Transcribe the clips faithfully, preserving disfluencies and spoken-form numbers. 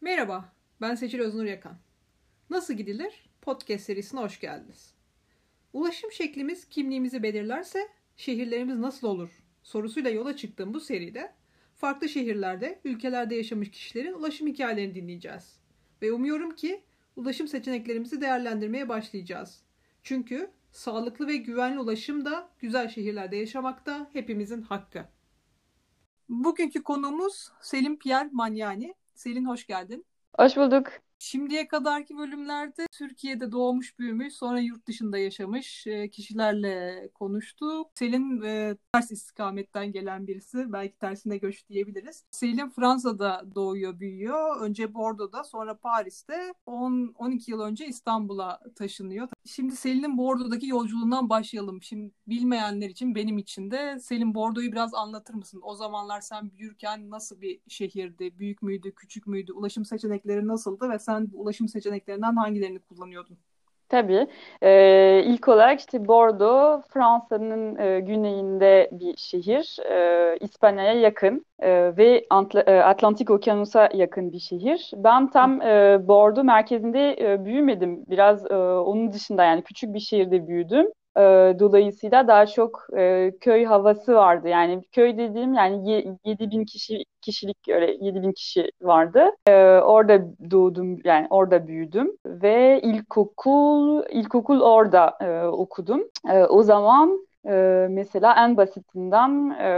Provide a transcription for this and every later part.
Merhaba, ben Seçil Öznur Yakan. Nasıl gidilir? Podcast serisine hoş geldiniz. Ulaşım şeklimiz kimliğimizi belirlerse şehirlerimiz nasıl olur sorusuyla yola çıktığım bu seride farklı şehirlerde, ülkelerde yaşamış kişilerin ulaşım hikayelerini dinleyeceğiz. Ve umuyorum ki ulaşım seçeneklerimizi değerlendirmeye başlayacağız. Çünkü sağlıklı ve güvenli ulaşım da güzel şehirlerde yaşamak da hepimizin hakkı. Bugünkü konuğumuz Selin Pierre Magnani. Selin hoş geldin. Hoş bulduk. Şimdiye kadarki bölümlerde Türkiye'de doğmuş büyümüş, sonra yurt dışında yaşamış kişilerle konuştuk. Selin e, ters istikametten gelen birisi, belki tersine göç diyebiliriz. Selin Fransa'da doğuyor, büyüyor. Önce Bordeaux'da, sonra Paris'te. on on iki yıl önce İstanbul'a taşınıyor. Şimdi Selin'in Bordeaux'daki yolculuğundan başlayalım. Şimdi bilmeyenler için, benim için de Selin, Bordeaux'u biraz anlatır mısın? O zamanlar sen büyürken nasıl bir şehirdi? Büyük müydü, küçük müydü? Ulaşım seçenekleri nasıldı ve sen bu ulaşım seçeneklerinden hangilerini kullanıyordun? Tabii. Ee, ilk olarak işte Bordeaux, Fransa'nın e, güneyinde bir şehir. Ee, İspanya'ya yakın e, ve Antla- e, Atlantik Okyanus'a yakın bir şehir. Ben tam e, Bordeaux merkezinde e, büyümedim. Biraz e, onun dışında, yani küçük bir şehirde büyüdüm. E, Dolayısıyla daha çok e, köy havası vardı. Yani köy dediğim, yani yedi bin kişi kişilik, öyle yedi bin kişi vardı. E, orada doğdum, yani orada büyüdüm ve ilkokul ilkokul orada e, okudum. E, o zaman e, mesela en basitinden e,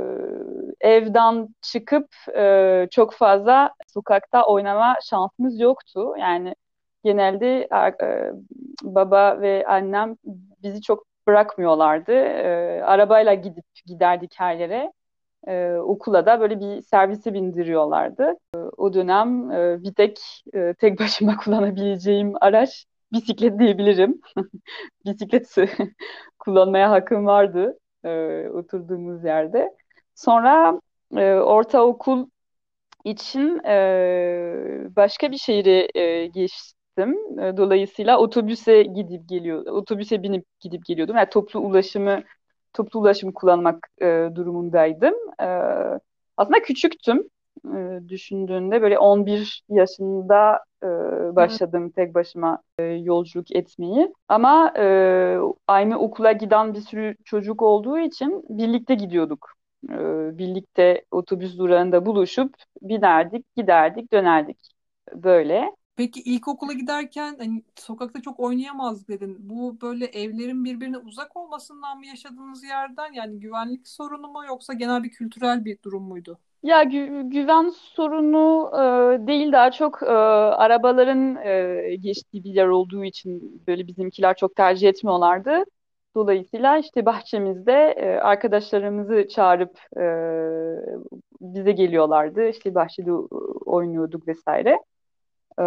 evden çıkıp e, çok fazla sokakta oynama şansımız yoktu. Yani genelde e, baba ve annem bizi çok bırakmıyorlardı. E, arabayla gidip giderdik her yere. E, okula da böyle bir servise bindiriyorlardı. E, o dönem e, bir tek e, tek başıma kullanabileceğim araç bisiklet diyebilirim. Bisiklet kullanmaya hakkım vardı e, oturduğumuz yerde. Sonra e, ortaokul için e, başka bir şehre e, geçtim. E, dolayısıyla otobüse gidip geliyor, otobüse binip gidip geliyordum. Yani toplu ulaşımı toplu ulaşım kullanmak e, durumundaydım. E, aslında küçüktüm. E, düşündüğünde böyle on bir yaşında e, Evet. başladım tek başıma e, yolculuk etmeyi. Ama e, aynı okula giden bir sürü çocuk olduğu için birlikte gidiyorduk. E, birlikte otobüs durağında buluşup binerdik, giderdik, dönerdik. Böyle. Peki ilkokula giderken hani sokakta çok oynayamazdık dedin. Bu böyle evlerin birbirine uzak olmasından mı yaşadığınız yerden, yani güvenlik sorunu mu, yoksa genel bir kültürel bir durum muydu? Ya gü- güven sorunu e, değil, daha çok e, arabaların e, geçtiği bir yer olduğu için böyle bizimkiler çok tercih etmiyorlardı. Dolayısıyla işte bahçemizde e, arkadaşlarımızı çağırıp e, bize geliyorlardı. İşte bahçede oynuyorduk vesaire. E,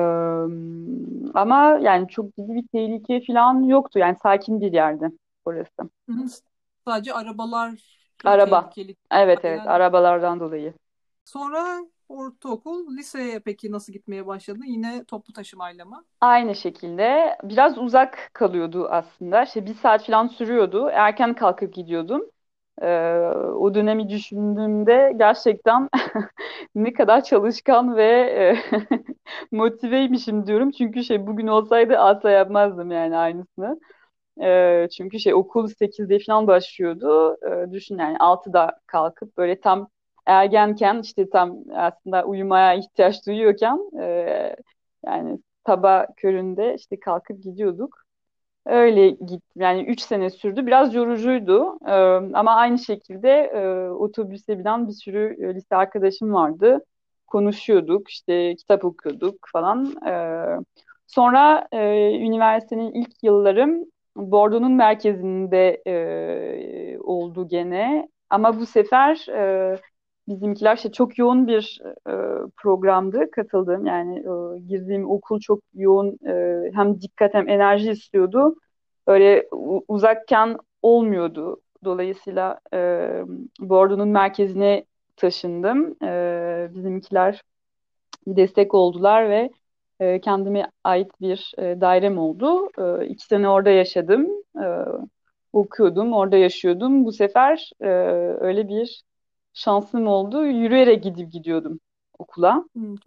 Ama yani çok ciddi bir tehlike falan yoktu. Yani sakin bir yerdi orası. Hı hı. Sadece arabalar Araba. tehlikeli. Evet, evet, Yani arabalardan dolayı. sonra ortaokul, liseye peki nasıl gitmeye başladın? Yine toplu taşımayla mı? Aynı şekilde biraz uzak kalıyordu aslında. İşte bir saat falan sürüyordu. Erken kalkıp gidiyordum. Ee, O dönemi düşündüğümde gerçekten ne kadar çalışkan ve e, motiveymişim diyorum. Çünkü şey, bugün olsaydı asla yapmazdım yani aynısını. Ee, çünkü şey, okul sekizde falan başlıyordu. Ee, düşün, yani altıda kalkıp böyle tam ergenken, işte tam aslında uyumaya ihtiyaç duyuyorken e, yani sabah köründe işte kalkıp gidiyorduk. Öyle gittim. Yani üç sene sürdü. Biraz yorucuydu. Ee, ama aynı şekilde e, otobüse binen bir sürü e, lise arkadaşım vardı. Konuşuyorduk, işte kitap okuyorduk falan. Ee, sonra e, üniversitenin ilk yıllarım Bordeaux'un merkezinde e, oldu gene. Ama bu sefer e, bizimkiler işte çok yoğun bir e, programdı katıldığım. Yani e, girdiğim okul çok yoğun, e, hem dikkat hem enerji istiyordu. Öyle u- uzakken olmuyordu. Dolayısıyla e, Bordeaux'un merkezine taşındım. E, bizimkiler bir destek oldular ve e, kendime ait bir e, dairem oldu. E, iki sene orada yaşadım. E, okuyordum, orada yaşıyordum. Bu sefer e, öyle bir şansım oldu. Yürüyerek gidip gidiyordum okula. Hı, çok.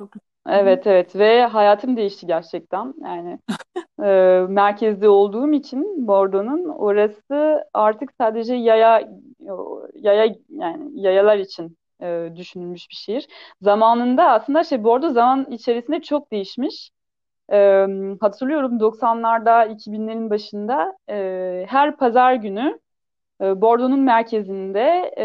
Hı hı. Evet, evet, ve hayatım değişti gerçekten. Yani e, merkezde olduğum için Bordeaux'un orası artık sadece yaya yaya yani yayalar için e, düşünülmüş bir şehir. Zamanında aslında şey Bordeaux zaman içerisinde çok değişmiş. E, Hatırlıyorum doksanlarda iki binlerin başında e, her pazar günü e, Bordo'nun merkezinde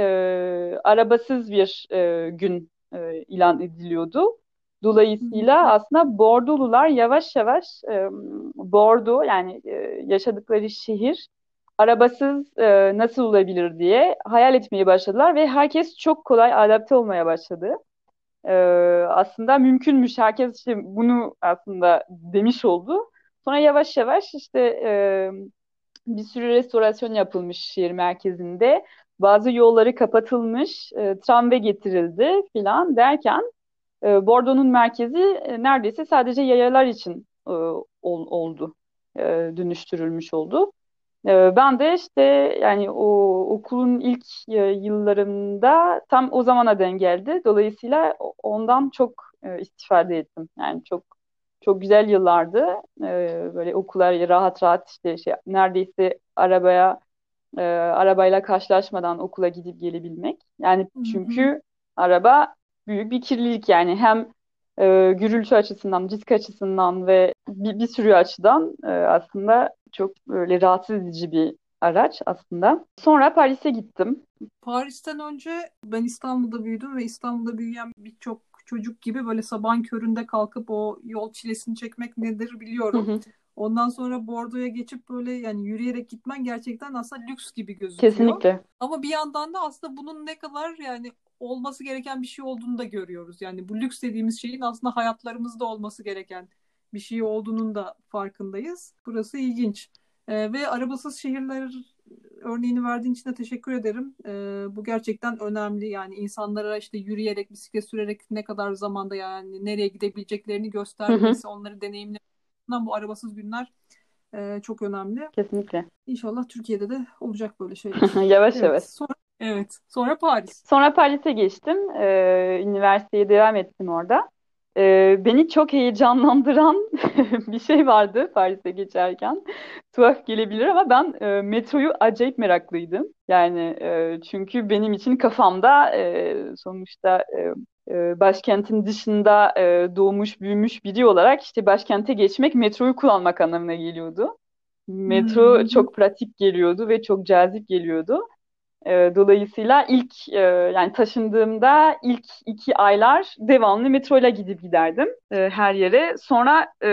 e, arabasız bir e, gün e, ilan ediliyordu. Hı Dolayısıyla hı. aslında Bordolular yavaş yavaş e, Bordo yani e, yaşadıkları şehir arabasız e, nasıl olabilir diye hayal etmeye başladılar ve herkes çok kolay adapte olmaya başladı. E, Aslında mümkünmüş. Herkes işte bunu aslında demiş oldu. Sonra yavaş yavaş işte e, bir sürü restorasyon yapılmış şehir merkezinde. Bazı yolları kapatılmış, e, tramvay getirildi filan derken e, Bordeaux'un merkezi e, neredeyse sadece yayalar için e, ol- oldu, e, dönüştürülmüş oldu. E, ben de işte yani o okulun ilk e, yıllarında tam o zamana denk geldi. Dolayısıyla o- ondan çok e, istifade ettim. Yani çok çok güzel yıllardı. E, böyle okullar rahat rahat işte şey neredeyse arabaya e, arabayla karşılaşmadan okula gidip gelebilmek. Yani Hı hı. çünkü araba büyük bir kirlilik yani hem e, gürültü açısından, risk açısından ve bir, bir sürü açıdan e, aslında çok böyle rahatsız edici bir araç aslında. Sonra Paris'e gittim. Paris'ten önce ben İstanbul'da büyüdüm ve İstanbul'da büyüyen birçok çocuk gibi böyle sabahın köründe kalkıp o yol çilesini çekmek nedir Hı biliyorum. hı. Ondan sonra Bordo'ya geçip böyle yani yürüyerek gitmen gerçekten aslında lüks gibi gözüküyor. Kesinlikle. Ama bir yandan da aslında bunun ne kadar yani olması gereken bir şey olduğunu da görüyoruz. Yani bu lüks dediğimiz şeyin aslında hayatlarımızda olması gereken bir şey olduğunun da farkındayız. Burası ilginç. Ee, ve arabasız şehirler örneğini verdiğin için de teşekkür ederim. Ee, bu gerçekten önemli. Yani insanlara işte yürüyerek, bisiklet sürerek ne kadar zamanda yani nereye gidebileceklerini Hı hı. göstermesi, onları deneyimlemesi bu arabasız günler e, çok önemli. Kesinlikle. İnşallah Türkiye'de de olacak böyle şeyler. Yavaş Evet, yavaş. sonra evet, sonra Paris. Sonra Paris'e geçtim. Ee, üniversiteye devam ettim orada. Ee, beni çok heyecanlandıran bir şey vardı Paris'e geçerken. Tuhaf gelebilir ama ben e, metroyu acayip meraklıydım. Yani e, çünkü benim için kafamda e, sonuçta e, e, başkentin dışında e, doğmuş büyümüş biri olarak işte başkente geçmek metroyu kullanmak anlamına geliyordu. Hı Metro hı. çok pratik geliyordu ve çok cazip geliyordu. E, dolayısıyla ilk e, yani taşındığımda ilk iki aylar devamlı metroyla gidip giderdim e, her yere. Sonra e,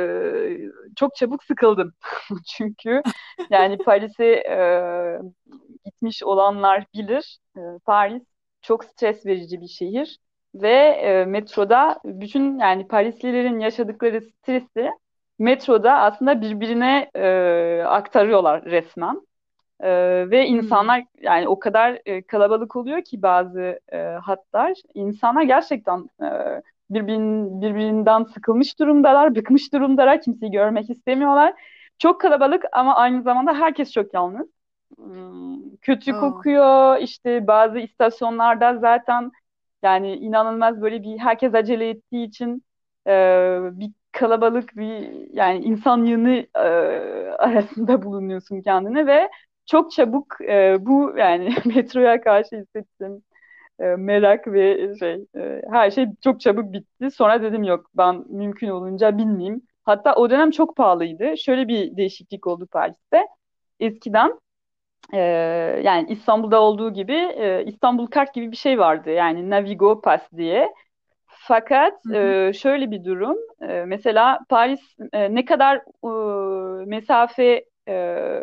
çok çabuk sıkıldım. Çünkü yani Paris'e e, gitmiş olanlar bilir. E, Paris çok stres verici bir şehir ve e, metroda bütün yani Parislilerin yaşadıkları stresi metroda aslında birbirine e, aktarıyorlar resmen. Ee, ve Hı. insanlar yani o kadar e, kalabalık oluyor ki bazı e, hatlar insanlar gerçekten e, birbirin, birbirinden sıkılmış durumdalar, bıkmış durumdalar, kimseyi görmek istemiyorlar. Çok kalabalık ama aynı zamanda herkes çok yalnız. Hmm, kötü Aa. kokuyor işte bazı istasyonlarda zaten yani inanılmaz böyle bir herkes acele ettiği için e, bir kalabalık bir yani insan yığını e, arasında bulunuyorsun kendini ve çok çabuk e, bu yani metroya karşı hissettiğim e, merak ve şey e, her şey çok çabuk bitti. Sonra dedim yok ben mümkün olunca binmeyeyim. Hatta o dönem çok pahalıydı. Şöyle bir değişiklik oldu Paris'te. Eskiden e, yani İstanbul'da olduğu gibi e, İstanbul Kart gibi bir şey vardı. Yani Navigo Pass diye. Fakat Hı hı. e, şöyle bir durum. E, mesela Paris e, ne kadar e, mesafe e,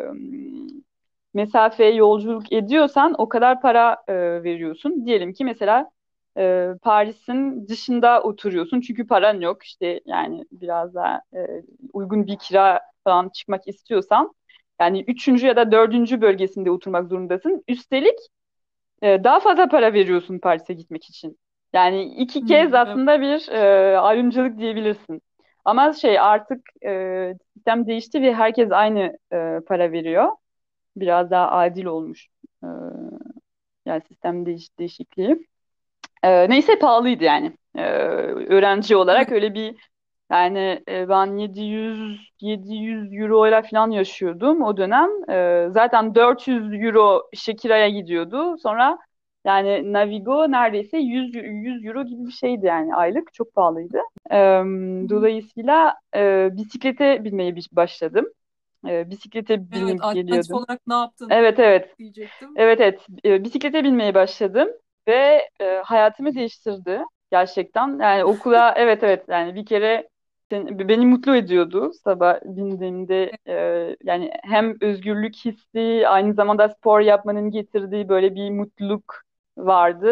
mesafeye yolculuk ediyorsan o kadar para e, veriyorsun. Diyelim ki mesela e, Paris'in dışında oturuyorsun çünkü paran yok. İşte yani biraz daha e, uygun bir kira falan çıkmak istiyorsan yani üçüncü ya da dördüncü bölgesinde oturmak zorundasın. Üstelik e, daha fazla para veriyorsun Paris'e gitmek için. Yani iki kez Hı. Evet. aslında bir e, ayrımcılık diyebilirsin. Ama şey artık e, sistem değişti ve herkes aynı e, para veriyor. Biraz daha adil olmuş. E, Yani sistem değiş değişikliği. E, neyse pahalıydı yani. E, öğrenci olarak öyle bir yani e, ben yedi yüz yedi yüz euro ile falan yaşıyordum o dönem. E, zaten dört yüz euro Shakira'ya gidiyordu. Sonra yani Navigo neredeyse yüz yüz euro gibi bir şeydi yani aylık. Çok pahalıydı. E, Hı hı. dolayısıyla e, bisiklete binmeye bi- başladım. E, bisiklete Evet, binip alternatif geliyordum. olarak ne yaptın Evet, evet. diyecektim. Evet, evet. E, bisiklete binmeye başladım ve e, hayatımı değiştirdi gerçekten. Yani okula evet, evet, yani bir kere sen- beni mutlu ediyordu sabah bindiğimde. E, yani hem özgürlük hissi, aynı zamanda spor yapmanın getirdiği böyle bir mutluluk vardı.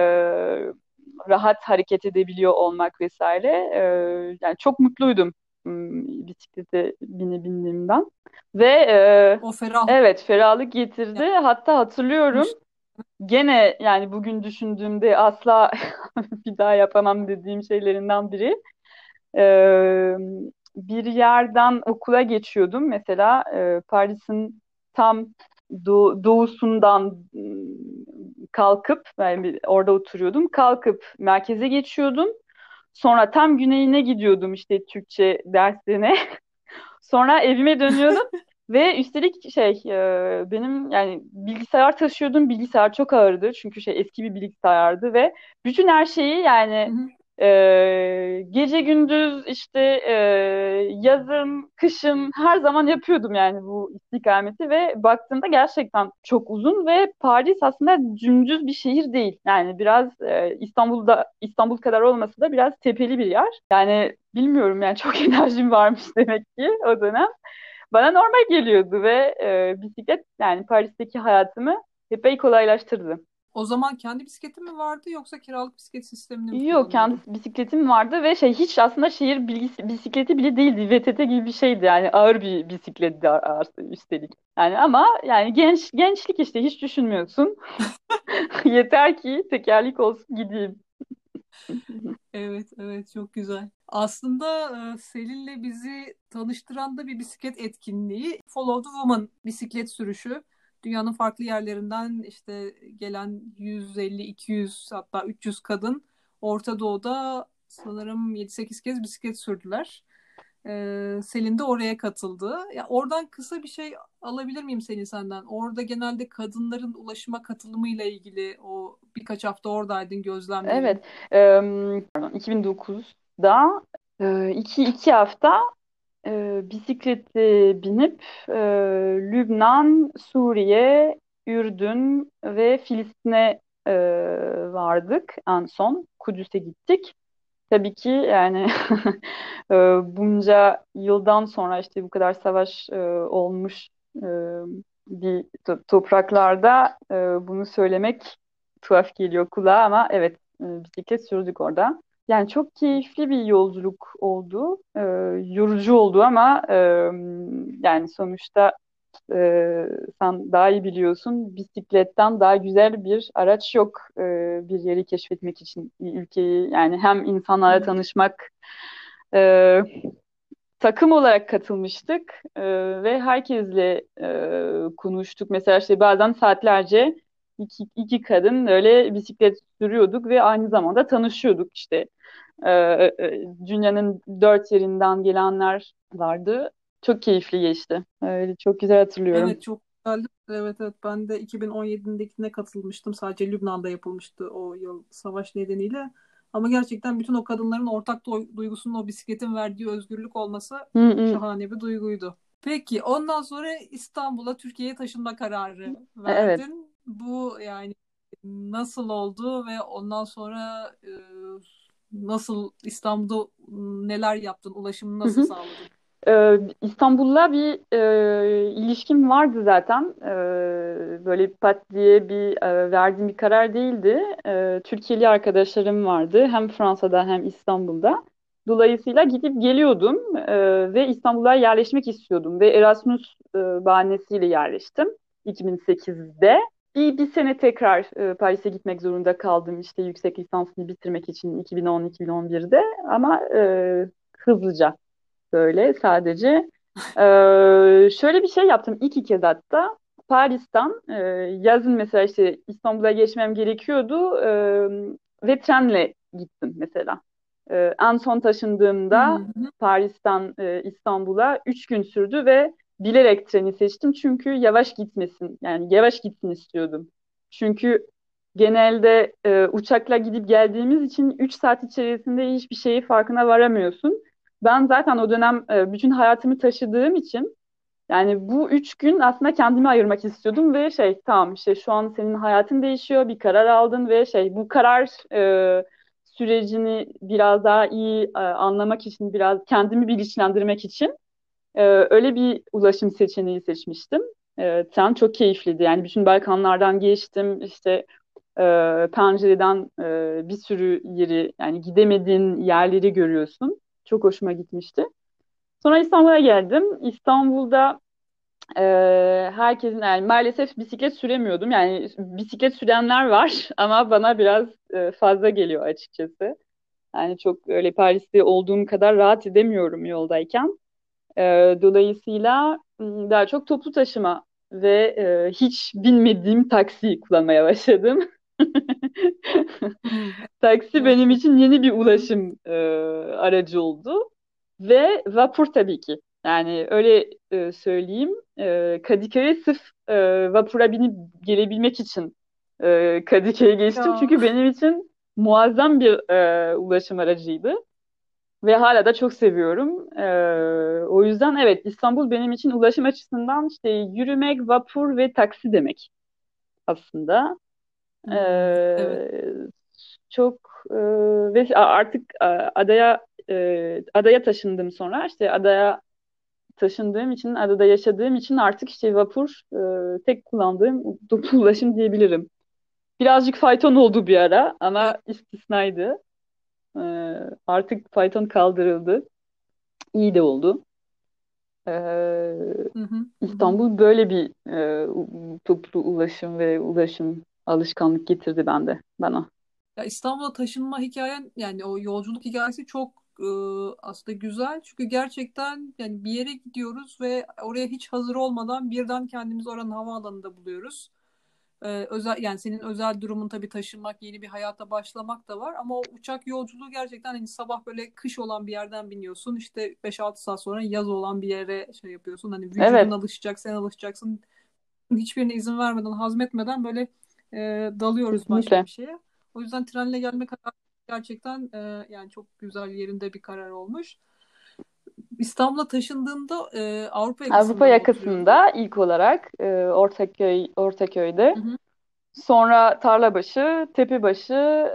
E, rahat hareket edebiliyor olmak vesaire. E, yani çok mutluydum hmm, bisiklete bine bindiğimden. Ve e, O ferahlık evet, ferahlık getirdi. Hatta hatırlıyorum yapmış. gene yani bugün düşündüğümde asla bir daha yapamam dediğim şeylerinden biri. Ee, bir yerden okula geçiyordum. Mesela e, Paris'in tam doğu- doğusundan ım, kalkıp yani bir- orada oturuyordum. Kalkıp merkeze geçiyordum. Sonra tam güneyine gidiyordum işte Türkçe derslerine. Sonra evime dönüyordum ve üstelik şey e, benim yani bilgisayar taşıyordum. Bilgisayar çok ağırdı çünkü şey eski bir bilgisayardı ve bütün her şeyi Hı yani hı. e, gece gündüz işte e, yazın kışın her zaman yapıyordum yani bu istikameti ve baktığımda gerçekten çok uzun ve Paris aslında dümdüz bir şehir değil. Yani biraz e, İstanbul'da İstanbul kadar olmasa da biraz tepeli bir yer. Yani bilmiyorum yani çok enerjim varmış demek ki o dönem. Bana normal geliyordu ve e, bisiklet yani Paris'teki hayatımı epey kolaylaştırdı. O zaman kendi bisikletin mi vardı yoksa kiralık bisiklet sistemini mi Yok, kendi kullanıyordun? bisikletim vardı ve şey hiç aslında şehir bilgisi, bisikleti bile değildi. V T T gibi bir şeydi yani ağır bir bisikletti a- a- üstelik. Yani ama yani genç gençlik işte hiç düşünmüyorsun. Yeter ki tekerlek olsun gideyim. Evet, evet, çok güzel. Aslında e, Selin'le bizi tanıştıran da bir bisiklet etkinliği. Follow the Woman bisiklet sürüşü. Dünyanın farklı yerlerinden işte gelen yüz elli, iki yüz hatta üç yüz kadın Orta Doğu'da sanırım yedi sekiz kez bisiklet sürdüler. Ee, Selin de oraya katıldı. Ya oradan kısa bir şey alabilir miyim Selin senden? Orada genelde kadınların ulaşıma katılımıyla ilgili o birkaç hafta oradaydın gözlemlerin. Evet, em, pardon, iki bin dokuzda e, iki, iki hafta e, bisiklete binip e, Lübnan, Suriye, Ürdün ve Filistin'e e, vardık en son. Kudüs'e gittik. Tabii ki yani e, bunca yıldan sonra işte bu kadar savaş e, olmuş e, bir to- topraklarda e, bunu söylemek tuhaf geliyor kulağa ama evet, e, bisiklet sürdük orada. Yani çok keyifli bir yolculuk oldu. E, yorucu oldu ama e, yani sonuçta ee, sen daha iyi biliyorsun. Bisikletten daha güzel bir araç yok ee, bir yeri keşfetmek için bir ülkeyi yani hem insanlarla Evet. tanışmak e, takım olarak katılmıştık e, ve herkesle e, konuştuk. Mesela işte bazen saatlerce iki, iki kadın öyle bisiklet sürüyorduk ve aynı zamanda tanışıyorduk işte. E, e, dünyanın dört yerinden gelenler vardı. Çok keyifli geçti. Öyle çok güzel hatırlıyorum. Evet, çok güzeldi. Evet, evet, ben de iki bin on yedidekine katılmıştım. Sadece Lübnan'da yapılmıştı o yıl savaş nedeniyle. Ama gerçekten bütün o kadınların ortak du- duygusunun o bisikletin verdiği özgürlük olması Hı hı. şahane bir duyguydu. Peki ondan sonra İstanbul'a, Türkiye'ye taşınma kararı Evet. verdin. Bu yani nasıl oldu ve ondan sonra e, nasıl İstanbul'da neler yaptın? Ulaşımı Hı nasıl hı. sağladın? Ee, İstanbul'la bir e, ilişkim vardı zaten. Ee, böyle pat diye bir e, verdiğim bir karar değildi. Ee, Türkiye'li arkadaşlarım vardı. Hem Fransa'da hem İstanbul'da. Dolayısıyla gidip geliyordum e, ve İstanbul'a yerleşmek istiyordum. Ve Erasmus e, bahanesiyle yerleştim iki bin sekizde. Bir, bir sene tekrar e, Paris'e gitmek zorunda kaldım işte yüksek lisansını bitirmek için iki bin on-iki bin on birde ama e, hızlıca. Böyle sadece. Ee, şöyle bir şey yaptım ilk iki kez hatta. Paris'ten e, yazın mesela işte İstanbul'a geçmem gerekiyordu. Ee, ve trenle gittim mesela. Ee, en son Hı taşındığımda hı. Paris'ten e, İstanbul'a üç gün sürdü ve bilerek treni seçtim çünkü yavaş gitmesin, yani yavaş gitsin istiyordum. Çünkü genelde e, uçakla gidip geldiğimiz için üç saat içerisinde hiçbir şeyi farkına varamıyorsun. Ben zaten o dönem e, bütün hayatımı taşıdığım için yani bu üç gün aslında kendimi ayırmak istiyordum ve şey tamam işte şu an senin hayatın değişiyor, bir karar aldın ve şey bu karar e, sürecini biraz daha iyi e, anlamak için, biraz kendimi bilinçlendirmek için e, öyle bir ulaşım seçeneği seçmiştim. E, tren çok keyifliydi. Yani bütün Balkanlardan geçtim. İşte e, pencereden e, bir sürü yeri, yani gidemediğin yerleri görüyorsun. Çok hoşuma gitmişti. Sonra İstanbul'a geldim. İstanbul'da e, herkesin, yani maalesef bisiklet süremiyordum. Yani bisiklet sürenler var ama bana biraz e, fazla geliyor açıkçası. Yani çok öyle Paris'te olduğum kadar rahat edemiyorum yoldayken. Ee, dolayısıyla m, daha çok toplu taşıma ve e, hiç binmediğim taksi kullanmaya başladım. Hı. Taksi Evet. benim için yeni bir Hı hı. ulaşım e, aracı oldu. Ve vapur tabii ki. Yani öyle e, söyleyeyim. E, Kadıköy'e sırf e, vapura binip gelebilmek için e, Kadıköy'e geçtim. Ya. Çünkü benim için muazzam bir e, ulaşım aracıydı. Ve hala da çok seviyorum. Ee, o yüzden evet, İstanbul benim için ulaşım açısından işte yürümek, vapur ve taksi demek aslında. Hmm, evet. Ee, çok e, ve artık e, adaya e, adaya taşındım sonra, işte adaya taşındığım için, adada yaşadığım için artık işte vapur e, tek kullandığım toplu ulaşım diyebilirim. Birazcık fayton oldu bir ara Evet. ama istisnaydı. Ee, artık fayton kaldırıldı. İyi de oldu. Ee, Hı hı. Hı hı. İstanbul böyle bir e, u- toplu ulaşım ve ulaşım alışkanlık getirdi bende bana. Ya İstanbul'a taşınma hikayen, yani o yolculuk hikayesi çok e, aslında güzel. Çünkü gerçekten yani bir yere gidiyoruz ve oraya hiç hazır olmadan birden kendimizi oranın havaalanında buluyoruz. E, özel, yani senin özel durumun tabii, taşınmak, yeni bir hayata başlamak da var. Ama o uçak yolculuğu gerçekten hani sabah böyle kış olan bir yerden biniyorsun. İşte beş altı saat sonra yaz olan bir yere şey yapıyorsun. Hani vücudun Evet, alışacak, sen alışacaksın. Hiçbirine izin vermeden, hazmetmeden böyle e, dalıyoruz başka kesinlikle. bir şeye. O yüzden trenle gelme kararı gerçekten e, yani çok güzel, yerinde bir karar olmuş. İstanbul'a taşındığında e, Avrupa Avrupa yakasında mı oturuyordun? yakasında ilk olarak e, Ortaköy, Ortaköy'de, Hı hı. sonra Tarlabaşı, Tepebaşı,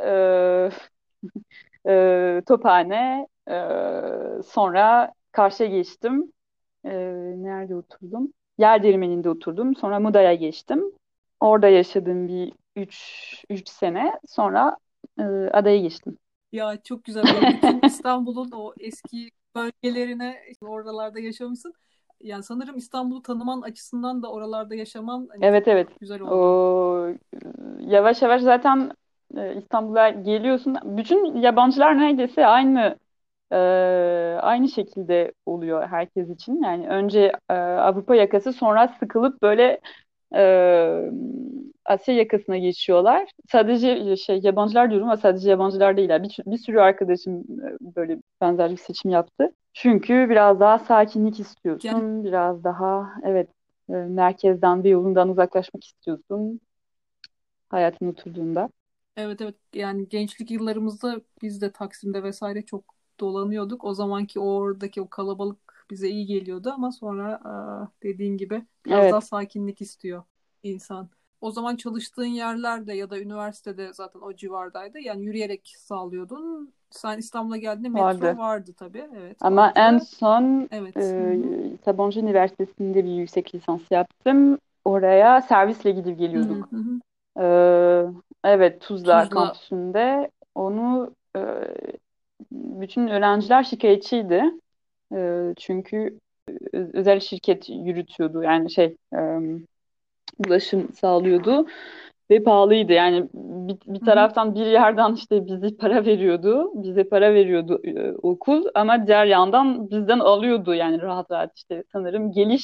e, e, Tophane, e, sonra karşıya geçtim. E, nerede oturdum? Yerdirmeni'nde oturdum. Sonra Muda'ya geçtim. Orada yaşadım bir üç üç sene. Sonra e, adaya geçtim. Ya çok güzel, böyle bütün İstanbul'un o eski bölgelerine, işte oralarda yaşamışsın. Yani sanırım İstanbul'u tanıman açısından da oralarda yaşaman hani Evet, çok evet. güzel oldu. O, yavaş yavaş zaten e, İstanbul'a geliyorsun. Bütün yabancılar neredeyse aynı e, aynı şekilde oluyor herkes için. Yani önce e, Avrupa yakası, sonra sıkılıp böyle e, Asya yakasına geçiyorlar. Sadece şey yabancılar diyorum ama sadece yabancılar değiller. Bir, bir sürü arkadaşım e, böyle benzer bir seçim yaptı. Çünkü biraz daha sakinlik Yani istiyorsun. Biraz daha evet, e, merkezden, bir yolundan uzaklaşmak istiyorsun hayatın oturduğunda. evet, evet, yani gençlik yıllarımızda biz de Taksim'de vesaire çok dolanıyorduk. O zamanki o oradaki o kalabalık bize iyi geliyordu ama sonra aa, dediğin gibi biraz daha Evet, sakinlik istiyor insan. O zaman çalıştığın yerlerde ya da üniversitede zaten o civardaydı. Yani yürüyerek sağlıyordun. Sen İstanbul'a geldiğinde metro vardı. vardı tabii. Evet, Ama en vardı. son Evet. Hı hı. e, Sabancı Üniversitesi'nde bir yüksek lisans yaptım. Oraya servisle gidip Hı hı geliyorduk. hı. Ee, evet, Tuzla Tuzla. kampüsünde onu e, bütün öğrenciler şikayetçiydi. E, çünkü ö- özel şirket yürütüyordu. Yani şey e, ulaşım sağlıyordu ve pahalıydı. Yani bir, bir Hı hı. taraftan bir yerden işte bizi para veriyordu, bize para veriyordu e, okul, ama diğer yandan bizden alıyordu yani rahat rahat, işte sanırım geliş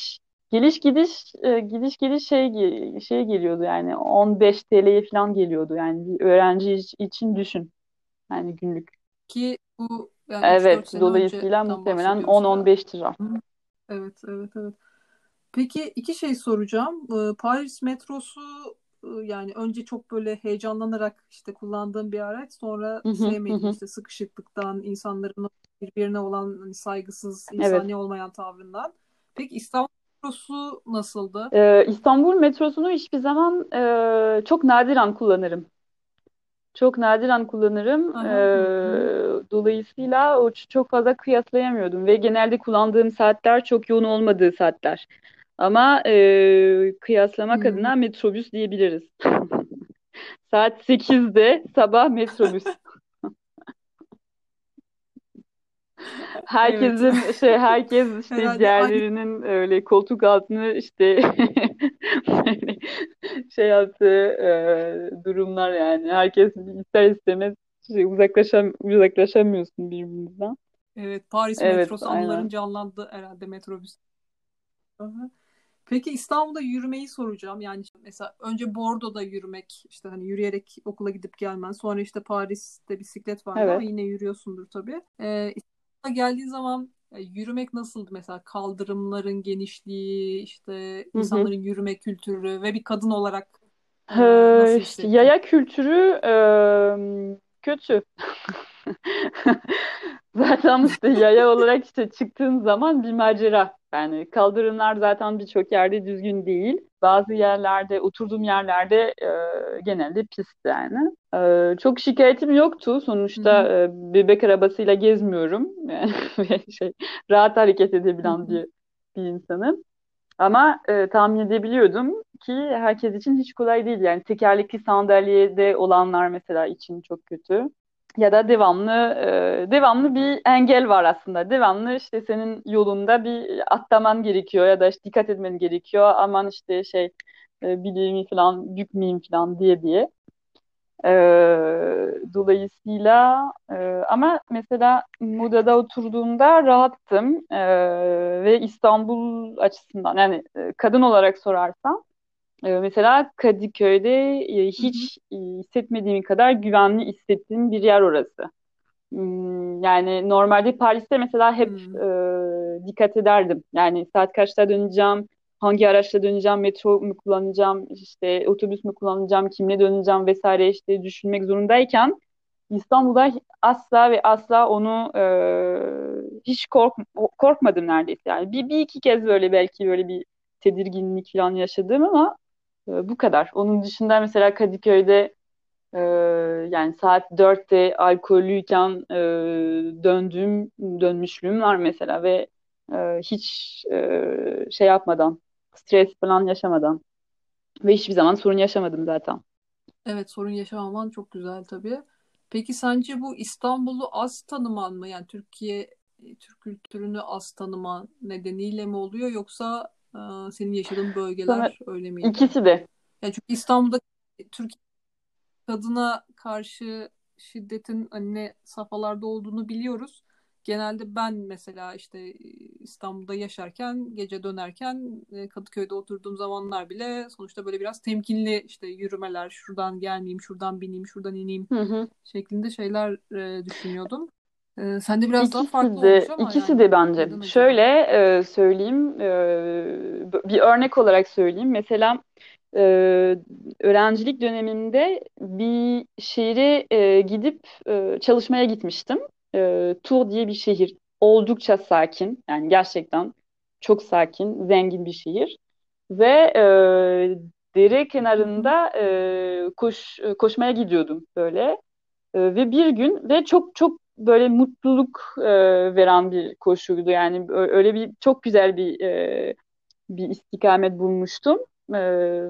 Geliş gidiş e, gidiş geliş şey ge- şey geliyordu yani on beş T L'ye falan geliyordu yani bir öğrenci iç- için düşün yani günlük. Ki bu yani üç dört Evet, sene dolayısıyla önceden muhtemelen bahsediyoruz herhalde. on on beş lira. Hı. Evet, evet, evet. Peki iki şey soracağım. Ee, Paris metrosu e, yani önce çok böyle heyecanlanarak işte kullandığım bir araç, sonra Hı hı, hı sevmediğim hı. işte sıkışıklıktan, insanların birbirine olan hani saygısız, Evet. insani olmayan tavrından. Peki İstanbul metrosu nasıldı? Ee, İstanbul metrosunu hiçbir zaman e, çok nadiren kullanırım. Çok nadiren kullanırım. Aha, hı hı, Ee, dolayısıyla o ç- çok fazla kıyaslayamıyordum ve genelde kullandığım saatler çok yoğun olmadığı saatler. Ama e, kıyaslamak hı. adına metrobüs diyebiliriz. Saat sekizde sabah metrobüs. Evet. Herkesin şey herkes işte Herhalde aynı. diğerlerinin öyle koltuk altını işte böyle şey yaptığı e, durumlar yani. Herkes ister istemez şey, uzaklaşam uzaklaşamıyorsun birbirimizden. Evet, Paris Evet, metrosu anıların aynen. canlandı herhalde metrobüs. Aha. Peki İstanbul'da yürümeyi soracağım. Yani işte mesela önce Bordo'da yürümek, işte hani yürüyerek okula gidip gelmen. Sonra işte Paris'te bisiklet vardı ama Evet. yine yürüyorsundur tabii. Ee, İstanbul'a geldiğin zaman e, yürümek nasıldı? Mesela kaldırımların genişliği, işte Hı hı. insanların yürüme kültürü ve bir kadın olarak e, Ee, nasıl işte hissettin? yaya kültürü e, kötü. Zaten işte yaya olarak işte çıktığın zaman bir macera. Yani kaldırımlar zaten birçok yerde düzgün değil. Bazı yerlerde, oturduğum yerlerde e, genelde pist yani. E, çok şikayetim yoktu. Hı Sonuçta hı, e, bebek arabasıyla gezmiyorum. Yani ve şey rahat hareket hı edebilen hı, bir bir insanım. Ama e, tahmin edebiliyordum ki herkes için hiç kolay değil. Yani tekerlekli sandalyede olanlar mesela için çok kötü. Ya da devamlı e, devamlı bir engel var aslında. Devamlı işte senin yolunda bir atlaman gerekiyor ya da işte dikkat etmen gerekiyor. Aman işte şey e, bileğimi falan bükmeyeyim falan diye diye. E, dolayısıyla e, ama mesela Muda'da oturduğumda rahattım. E, ve İstanbul açısından yani e, kadın olarak sorarsam e, mesela Kadıköy'de e, hı hı, hiç e, hissetmediğim kadar güvenli hissettiğim bir yer orası. Hmm, yani normalde Paris'te mesela hep hı. e, dikkat ederdim. Yani saat kaçta döneceğim, hangi araçla döneceğim, metro mu kullanacağım, işte otobüs mü kullanacağım, kimle döneceğim vesaire işte düşünmek zorundayken İstanbul'da asla ve asla onu e, hiç kork korkmadım neredeyse. Yani bir, bir iki kez böyle belki böyle bir tedirginlik falan yaşadım ama e, bu kadar. Onun dışında mesela Kadıköy'de ee, yani saat dörtte alkollüyken e, döndüğüm dönmüşlüğüm var mesela ve e, hiç e, şey yapmadan stres falan yaşamadan ve hiçbir zaman sorun yaşamadım zaten. Evet, sorun yaşamaman çok güzel tabii. Peki sence bu İstanbul'u az tanıman mı? Yani Türkiye, e, Türk kültürünü az tanıman nedeniyle mi oluyor, yoksa e, senin yaşadığın Sonra bölgeler öyle miydi? ikisi de. Yani çünkü İstanbul'da Türk kadına karşı şiddetin hani ne safhalarda olduğunu biliyoruz. Genelde ben mesela işte e, İstanbul'da yaşarken, gece dönerken e, Kadıköy'de oturduğum zamanlar bile sonuçta böyle biraz temkinli işte yürümeler, şuradan gelmeyeyim, şuradan bineyim, şuradan ineyim Hı hı. şeklinde şeyler e, düşünüyordum. E, sende biraz daha İkisi farklı olmuş de ama ikisi yani de bence. neden Şöyle acaba? e, söyleyeyim, e, bir örnek olarak söyleyeyim. Mesela e, öğrencilik döneminde bir şehre e, gidip e, çalışmaya gitmiştim. E, Tours diye bir şehir. Oldukça sakin, yani gerçekten çok sakin, zengin bir şehir. Ve e, dere Hı hı. kenarında e, koş koşmaya gidiyordum böyle. E, ve bir gün ve çok çok böyle mutluluk e, veren bir koşuydu. Yani ö- öyle bir çok güzel bir e, bir istikamet bulmuştum e,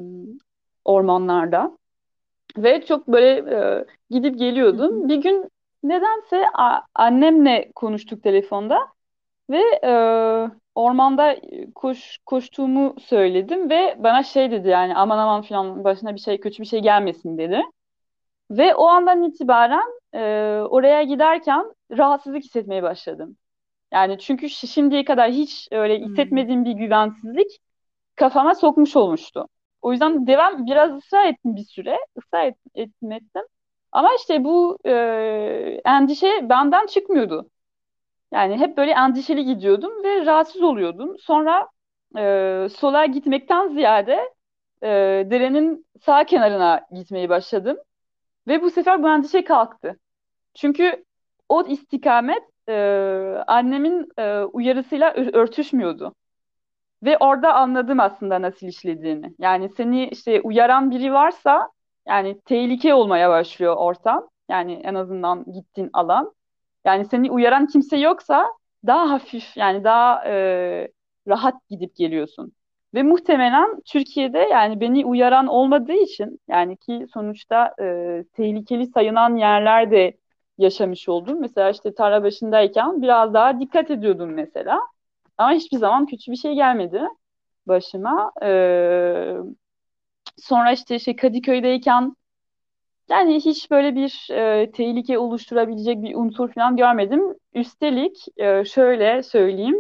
ormanlarda. Ve çok böyle e, gidip Hı hı. geliyordum. Bir gün nedense a- annemle konuştuk telefonda ve e, ormanda koş, koştuğumu söyledim ve bana şey dedi yani aman aman falan başına bir şey kötü bir şey gelmesin dedi. Ve o andan itibaren e, oraya giderken rahatsızlık hissetmeye başladım. Yani çünkü şi- şimdiye kadar hiç öyle Hmm. hissetmediğim bir güvensizlik. kafama sokmuş olmuştu. O yüzden devam biraz ısrar ettim bir süre. Israr et- ettim ettim. Ama işte bu e, endişe benden çıkmıyordu. Yani hep böyle endişeli gidiyordum ve rahatsız oluyordum. Sonra e, sola gitmekten ziyade e, derenin sağ kenarına gitmeyi başladım. Ve bu sefer bu endişe kalktı. Çünkü o istikamet e, annemin e, uyarısıyla ör- örtüşmüyordu. Ve orada anladım aslında nasıl işlediğini. Yani seni işte uyaran biri varsa yani tehlike olmaya başlıyor ortam. Yani en azından gittiğin alan. Yani seni uyaran kimse yoksa daha hafif yani daha e, rahat gidip geliyorsun. Ve muhtemelen Türkiye'de yani beni uyaran olmadığı için yani ki sonuçta e, tehlikeli sayılan yerlerde yaşamış oldum. Mesela işte tarla başındayken biraz daha dikkat ediyordum mesela. Ama hiçbir zaman kötü bir şey gelmedi başıma. Ee, sonra işte şey Kadıköy'deyken yani hiç böyle bir e, tehlike oluşturabilecek bir unsur falan görmedim. Üstelik e, şöyle söyleyeyim.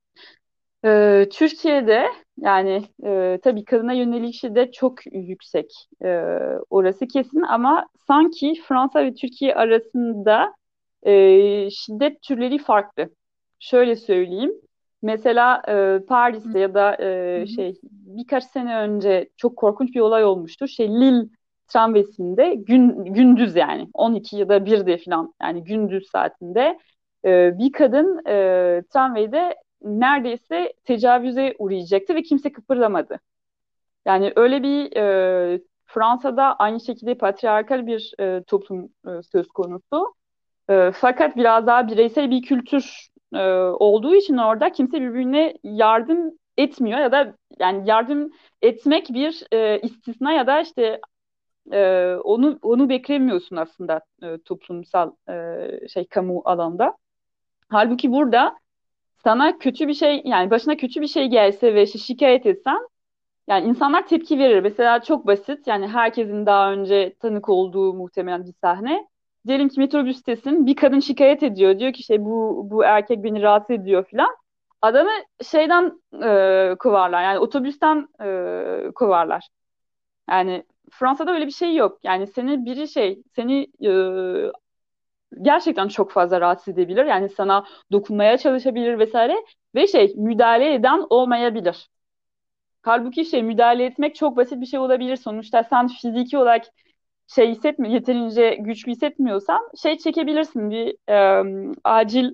e, Türkiye'de yani e, tabii kadına yönelik şiddet çok yüksek. E, orası kesin ama sanki Fransa ve Türkiye arasında e, şiddet türleri farklı. Şöyle söyleyeyim. Mesela e, Paris'te ya da Hı e, hı. şey birkaç sene önce çok korkunç bir olay olmuştu. Şey Lille tramvayında gün gündüz yani on iki ya da birde falan yani gündüz saatinde e, bir kadın e, tramvayda neredeyse tecavüze uğrayacaktı ve kimse kıpırdamadı. Yani öyle bir e, Fransa'da aynı şekilde patriarkal bir e, toplum e, söz konusu. E, fakat biraz daha bireysel bir kültür e, olduğu için orada kimse birbirine yardım etmiyor ya da yani yardım etmek bir e, istisna ya da işte e, onu onu beklemiyorsun aslında e, toplumsal e, şey kamu alanda. Halbuki burada sana kötü bir şey yani başına kötü bir şey gelse ve şi- şikayet etsen yani insanlar tepki verir. Mesela çok basit yani herkesin daha önce tanık olduğu muhtemelen bir sahne. Diyelim ki metrobüstesin bir kadın şikayet ediyor. Diyor ki işte bu bu erkek beni rahatsız ediyor filan. Adamı şeyden e, kovarlar yani otobüsten e, kovarlar. Yani Fransa'da öyle bir şey yok. Yani seni biri şey seni e, gerçekten çok fazla rahatsız edebilir. Yani sana dokunmaya çalışabilir vesaire ve şey müdahale eden olmayabilir. Halbuki şey müdahale etmek çok basit bir şey olabilir. Sonuçta sen fiziki olarak şey hissetmi yeterince güçlü hissetmiyorsan şey çekebilirsin bir e, acil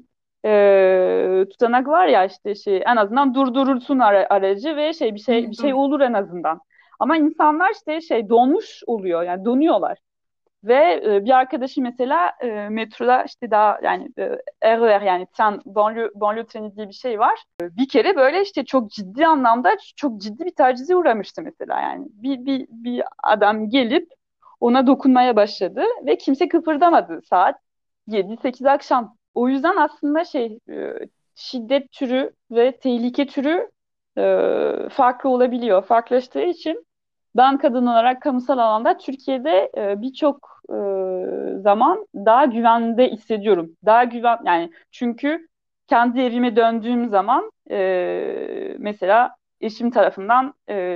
e, tutanak var ya işte şey en azından durdurursun ara- aracı ve şey bir şey bir Hı, şey dur. olur en azından. Ama insanlar işte şey donmuş oluyor yani donuyorlar. Ve e, bir arkadaşı mesela e, metroda işte daha yani e, R E R yani tren, banlieue, banlieue treni diye bir şey var. E, bir kere böyle işte çok ciddi anlamda çok ciddi bir tacize uğramıştı mesela yani. Bir, bir, bir adam gelip ona dokunmaya başladı ve kimse kıpırdamadı saat yedi sekiz akşam. O yüzden aslında şey e, şiddet türü ve tehlike türü e, farklı olabiliyor. Farklılaştığı için ben kadın olarak kamusal alanda Türkiye'de e, birçok e, zaman daha güvende hissediyorum. Daha güven yani çünkü kendi evime döndüğüm zaman e, mesela eşim tarafından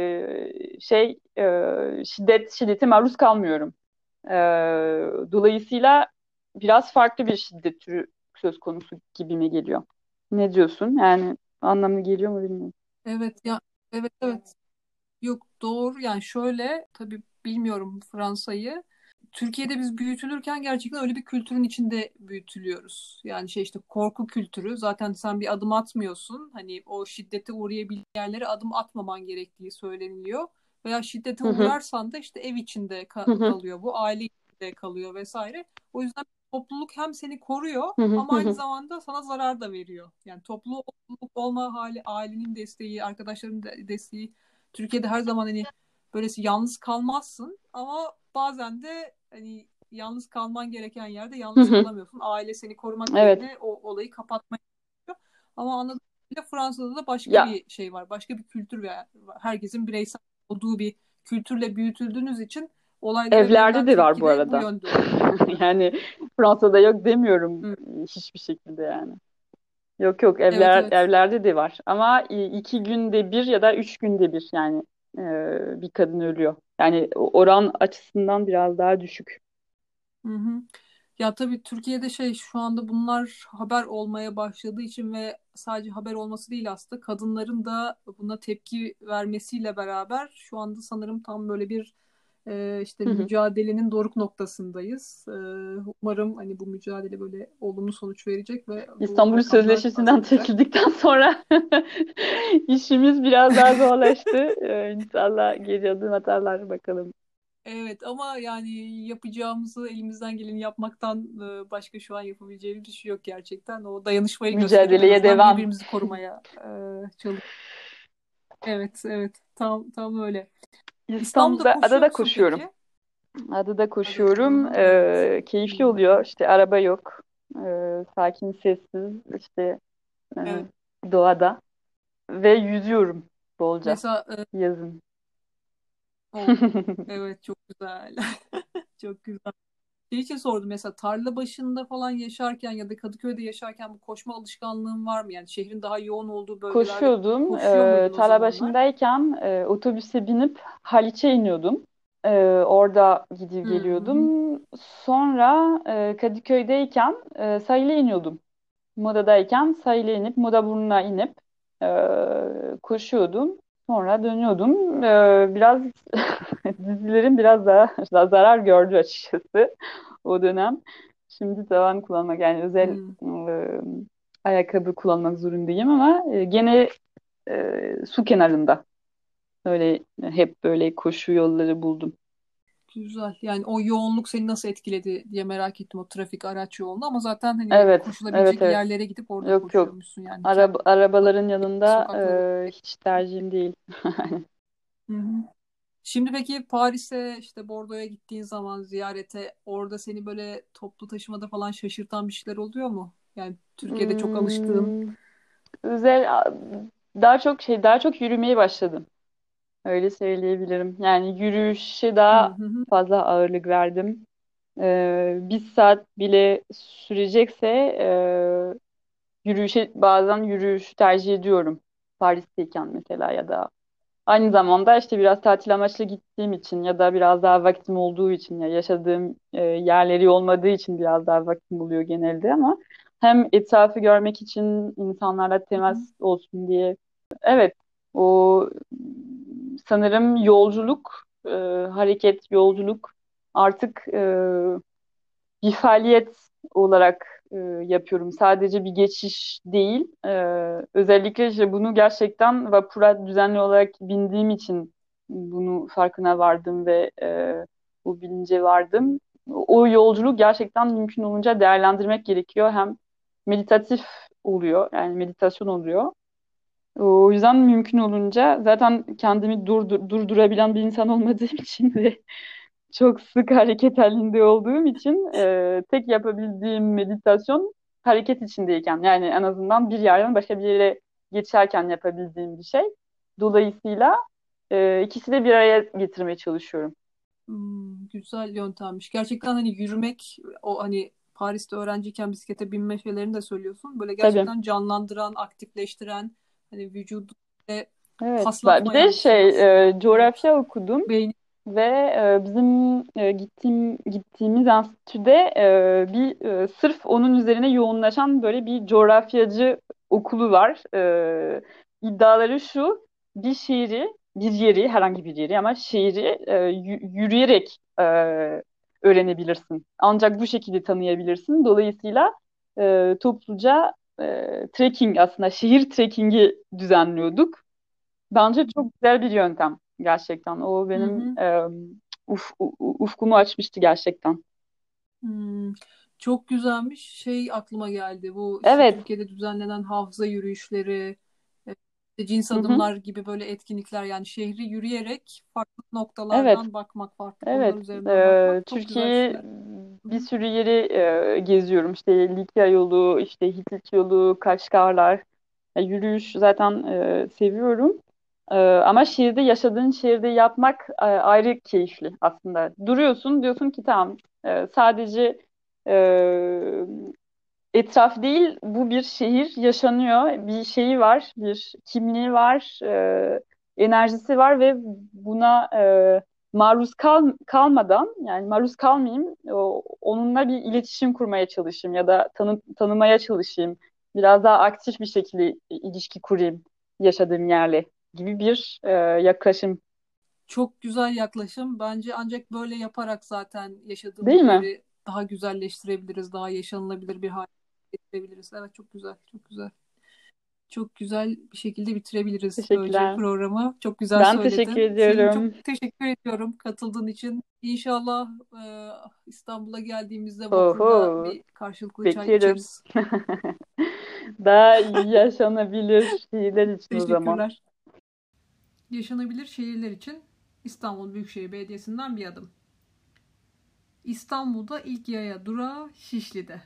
e, şey e, şiddet şiddete maruz kalmıyorum. E, dolayısıyla biraz farklı bir şiddet türü söz konusu gibime geliyor. Ne diyorsun? Yani anlamlı geliyor mu bilmiyorum. Evet ya, evet evet. Yok, doğru. Yani şöyle, tabii bilmiyorum Fransa'yı. Türkiye'de biz büyütülürken gerçekten öyle bir kültürün içinde büyütülüyoruz. Yani şey işte korku kültürü. Zaten sen bir adım atmıyorsun. Hani o şiddete uğrayabilen yerlere adım atmaman gerektiği söyleniliyor. Veya şiddete Hı hı, uğrarsan da işte ev içinde hı ka- hı, kalıyor bu. Aile içinde kalıyor vesaire. O yüzden topluluk hem seni koruyor hı hı, ama hı aynı hı. zamanda sana zarar da veriyor. Yani topluluk olma hali, ailenin desteği, arkadaşların de- desteği. Türkiye'de her zaman hani böylesi yalnız kalmazsın ama bazen de hani yalnız kalman gereken yerde Hı yalnız hı. kalamıyorsun. Aile seni korumak Evet. yerine o olayı kapatmaya çalışıyor. Ama anladığım kadarıyla Fransa'da da başka Ya bir şey var. Başka bir kültür ve herkesin bireysel olduğu bir kültürle büyütüldüğünüz için olaylara evlerde verilen de var tepki bu de bu arada. yönde oluyor. Yani Fransa'da yok demiyorum Hı. hiçbir şekilde yani. Yok yok, Evet, evler evet. evlerde de var ama i- iki günde bir ya da üç günde bir yani e, bir kadın ölüyor. Yani o- oran açısından biraz daha düşük. Hı hı. Ya tabii Türkiye'de şey şu anda bunlar haber olmaya başladığı için ve sadece haber olması değil aslında kadınların da buna tepki vermesiyle beraber şu anda sanırım tam böyle bir e, işte Hı hı. mücadelenin doruk noktasındayız. E, umarım hani bu mücadele böyle olumlu sonuç verecek ve bu İstanbul rakamlar Sözleşmesi'nden azalacak. çekildikten sonra işimiz biraz daha zorlaştı. Ee, İnşallah geri adım atarlar bakalım. Evet ama yani yapacağımızı elimizden geleni yapmaktan e, başka şu an yapabileceğimiz bir şey yok gerçekten. O dayanışmayı gösterip en Mücadeleye azından devam. birbirimizi korumaya e, çalış. Evet, evet. Tam tam öyle. İstanbul'da İstanbul'da koşuyor adada musun koşuyorum. peki? Adada Adada. Hı koşuyorum. hı, evet. Ee, keyifli Hmm, oluyor. İşte araba yok. Ee, sakin, sessiz. İşte e, evet. doğada. Ve yüzüyorum bolca Mesela e, yazın. o evet çok güzel. Çok güzel. Şey için sordum mesela tarla başında falan yaşarken ya da Kadıköy'de yaşarken bu koşma alışkanlığın var mı? Yani şehrin daha yoğun olduğu bölgelerde Koşuyordum. koşuyor Ee, muydun o tarla zamanlar? başındayken e, otobüse binip Haliç'e iniyordum. Ee, orada gidip Hı hı. geliyordum. Sonra e, Kadıköy'deyken e, sahile iniyordum. Moda'dayken sahile inip Modaburnu'na inip e, koşuyordum. Sonra dönüyordum. Ee, biraz dizilerim biraz daha daha zarar gördü açıkçası o dönem. Şimdi tavan kullanmak yani özel Hı. e, ayakkabı kullanmak zorundayım ama e, gene e, su kenarında öyle hep böyle koşu yolları buldum. Güzel. Yani o yoğunluk seni nasıl etkiledi diye merak ettim o trafik araç yoğunluğu ama zaten hani Evet, evet, koşulabilecek evet. yerlere gidip orada Yok yok. koşuyormuşsun yani Araba, kendi arabaların yanında sokakları. e, hiç tercihim değil. Hı hı. Şimdi peki Paris'e işte Bordeaux'a gittiğin zaman ziyarete orada seni böyle toplu taşımada falan şaşırtan bir şeyler oluyor mu? Yani Türkiye'de çok alıştığın. Hmm, özel daha çok şey daha çok yürümeye başladım. Öyle söyleyebilirim. Yani yürüyüşe Hı daha hı hı. fazla ağırlık verdim. Ee, bir saat bile sürecekse e, yürüyüşe bazen yürüyüş tercih ediyorum. Paris'teyken mesela ya da aynı zamanda işte biraz tatil amaçlı gittiğim için ya da biraz daha vaktim olduğu için ya yaşadığım e, yerleri olmadığı için biraz daha vaktim oluyor genelde ama hem etrafı görmek için insanlarla Hı hı. temas olsun diye. Evet, o sanırım yolculuk, e, hareket, yolculuk artık e, bir faaliyet olarak e, yapıyorum. Sadece bir geçiş değil. E, özellikle işte bunu gerçekten vapura düzenli olarak bindiğim için bunu farkına vardım ve e, bu bilince vardım. O yolculuk gerçekten mümkün olunca değerlendirmek gerekiyor. Hem meditatif oluyor, yani meditasyon oluyor. O yüzden mümkün olunca zaten kendimi durdur, durdurabilen bir insan olmadığım için ve çok sık hareket halinde olduğum için e, tek yapabildiğim meditasyon hareket içindeyken yani en azından bir yerden başka bir yere geçerken yapabildiğim bir şey. Dolayısıyla e, ikisi de bir araya getirmeye çalışıyorum. Hmm, güzel yöntemmiş. Gerçekten hani yürümek o hani Paris'te öğrenciyken bisiklete binme şeylerini de söylüyorsun. Böyle Tabii. gerçekten canlandıran, aktifleştiren hani vücudu ve Evet. Bir de paslatmayan bir şey şey aslında. e, Evet. coğrafya okudum. Beyin. Ve e, bizim e, gittiğim gittiğimiz enstitüde e, bir e, sırf onun üzerine yoğunlaşan böyle bir coğrafyacı okulu var. E, iddiaları şu: bir şehri, bir yeri, herhangi bir yeri ama şehri e, yü- yürüyerek e, öğrenebilirsin. Ancak bu şekilde tanıyabilirsin. Dolayısıyla e, topluca e, trekking aslında şehir trekkingi düzenliyorduk. Bence çok güzel bir yöntem gerçekten. O Hı benim hı. e, uf, u- ufkumu açmıştı gerçekten. Hmm, çok güzelmiş. Şey aklıma geldi. Bu işte Evet. Türkiye'de düzenlenen hafıza yürüyüşleri, e, işte cins Hı hı. adımlar gibi böyle etkinlikler yani şehri yürüyerek farklı Evet. noktalardan bakmak, farklı konular Evet. üzerinden E, bakmak çok güzel Türkiye'yi şeyler. Hı bir hı. sürü yeri e, geziyorum. İşte Likya yolu, işte Hitit yolu, Kaşgarlar. E, yürüyüş zaten e, seviyorum. E, ama şehirde yaşadığın şehirde yapmak e, ayrı keyifli aslında. Duruyorsun diyorsun ki tamam e, sadece e, etraf değil, bu bir şehir yaşanıyor. Bir şeyi var, bir kimliği var, e, enerjisi var ve buna e, maruz kal kalmadan, yani maruz kalmayayım, o, onunla bir iletişim kurmaya çalışayım ya da tanı tanımaya çalışayım. Biraz daha aktif bir şekilde ilişki kurayım yaşadığım yerle gibi bir e, yaklaşım, Çok güzel yaklaşım. Bence ancak böyle yaparak zaten değil yaşadığımız mi? yeri daha güzelleştirebiliriz, daha yaşanılabilir bir hale getirebiliriz. Evet, çok güzel, çok güzel. Çok güzel bir şekilde bitirebiliriz böylece Teşekkürler. programı. Çok güzel Ben teşekkür söyledin. Selin, çok ediyorum. teşekkür ediyorum katıldığın için. İnşallah e, İstanbul'a geldiğimizde vapurda Oho, bir karşılıklı çay beklerim. içeriz. Daha yaşanabilir şehirler için o zaman. Teşekkürler. Yaşanabilir şehirler için İstanbul Büyükşehir Belediyesi'nden bir adım. İstanbul'da ilk yaya durağı Şişli'de.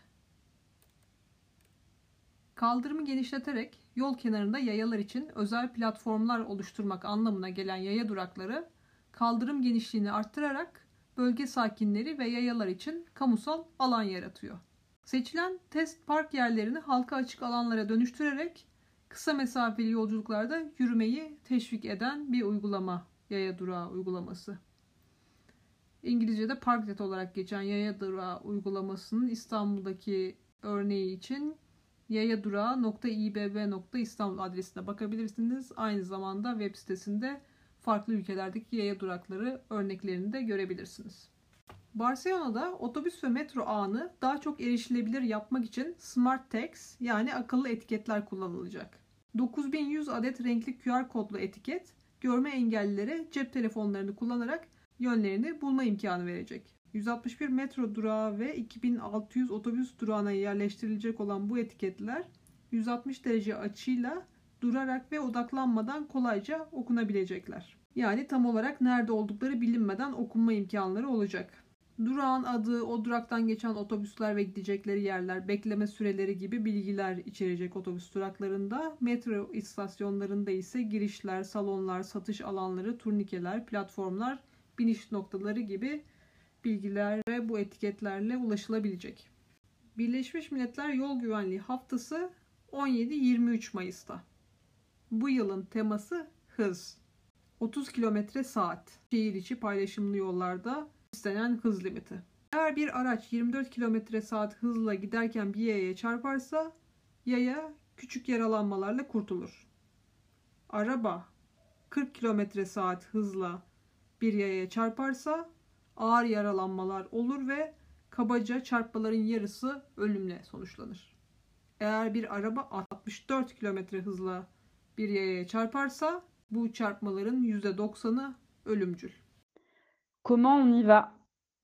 Kaldırımı genişleterek yol kenarında yayalar için özel platformlar oluşturmak anlamına gelen yaya durakları, kaldırım genişliğini arttırarak bölge sakinleri ve yayalar için kamusal alan yaratıyor. Seçilen test park yerlerini halka açık alanlara dönüştürerek kısa mesafeli yolculuklarda yürümeyi teşvik eden bir uygulama, yaya durağı uygulaması. İngilizce'de Parklet olarak geçen yaya durağı uygulamasının İstanbul'daki örneği için yayadurağı nokta i b b nokta istanbul adresine bakabilirsiniz. Aynı zamanda web sitesinde farklı ülkelerdeki yaya durakları örneklerini de görebilirsiniz. Barcelona'da otobüs ve metro ağını daha çok erişilebilir yapmak için Smart Tags yani akıllı etiketler kullanılacak. dokuz bin yüz adet renkli Q R kodlu etiket, görme engellilere cep telefonlarını kullanarak yönlerini bulma imkanı verecek. yüz altmış bir metro durağı ve iki bin altı yüz otobüs durağına yerleştirilecek olan bu etiketler yüz altmış derece açıyla durarak ve odaklanmadan kolayca okunabilecekler. Yani tam olarak nerede oldukları bilinmeden okunma imkanları olacak. Durağın adı, o duraktan geçen otobüsler ve gidecekleri yerler, bekleme süreleri gibi bilgiler içerecek otobüs duraklarında. Metro istasyonlarında ise girişler, salonlar, satış alanları, turnikeler, platformlar, biniş noktaları gibi bilgilere bu etiketlerle ulaşılabilecek. Birleşmiş Milletler Yol Güvenliği Haftası on yedi yirmi üç Mayıs'ta. Bu yılın teması hız. otuz kilometre saat. Şehir içi paylaşımlı yollarda istenen hız limiti. Eğer bir araç yirmi dört kilometre saat hızla giderken bir yayaya çarparsa yaya küçük yaralanmalarla kurtulur. Araba kırk kilometre saat hızla bir yayaya çarparsa ağır yaralanmalar olur ve kabaca çarpmaların yarısı ölümle sonuçlanır. Eğer bir araba altmış dört kilometre hızla bir yayaya çarparsa bu çarpmaların yüzde doksanı ölümcül. Comment on y va?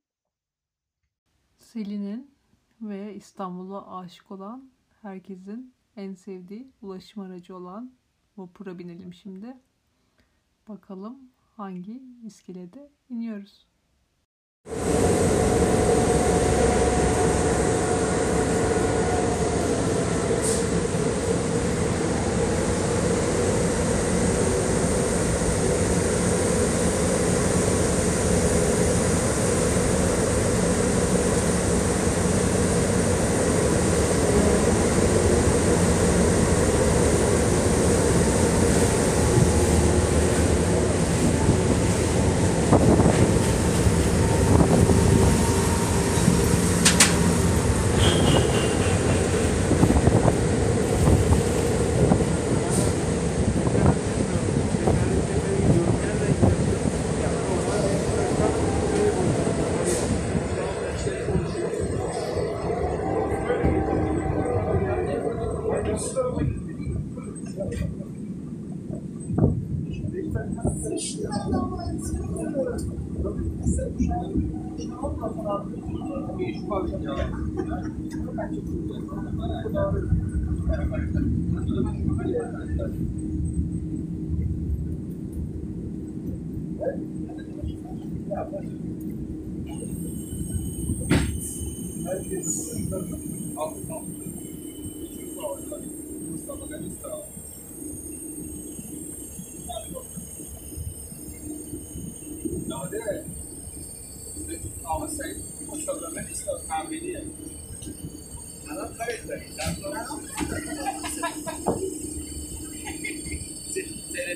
Selin'in ve İstanbul'a aşık olan herkesin en sevdiği ulaşım aracı olan vapura binelim şimdi. Bakalım hangi iskelede iniyoruz.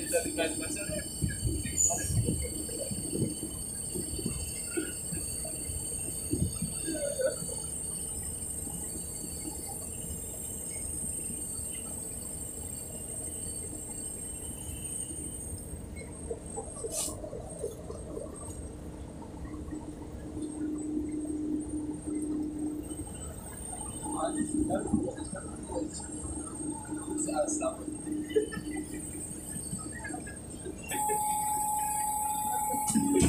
Thank you.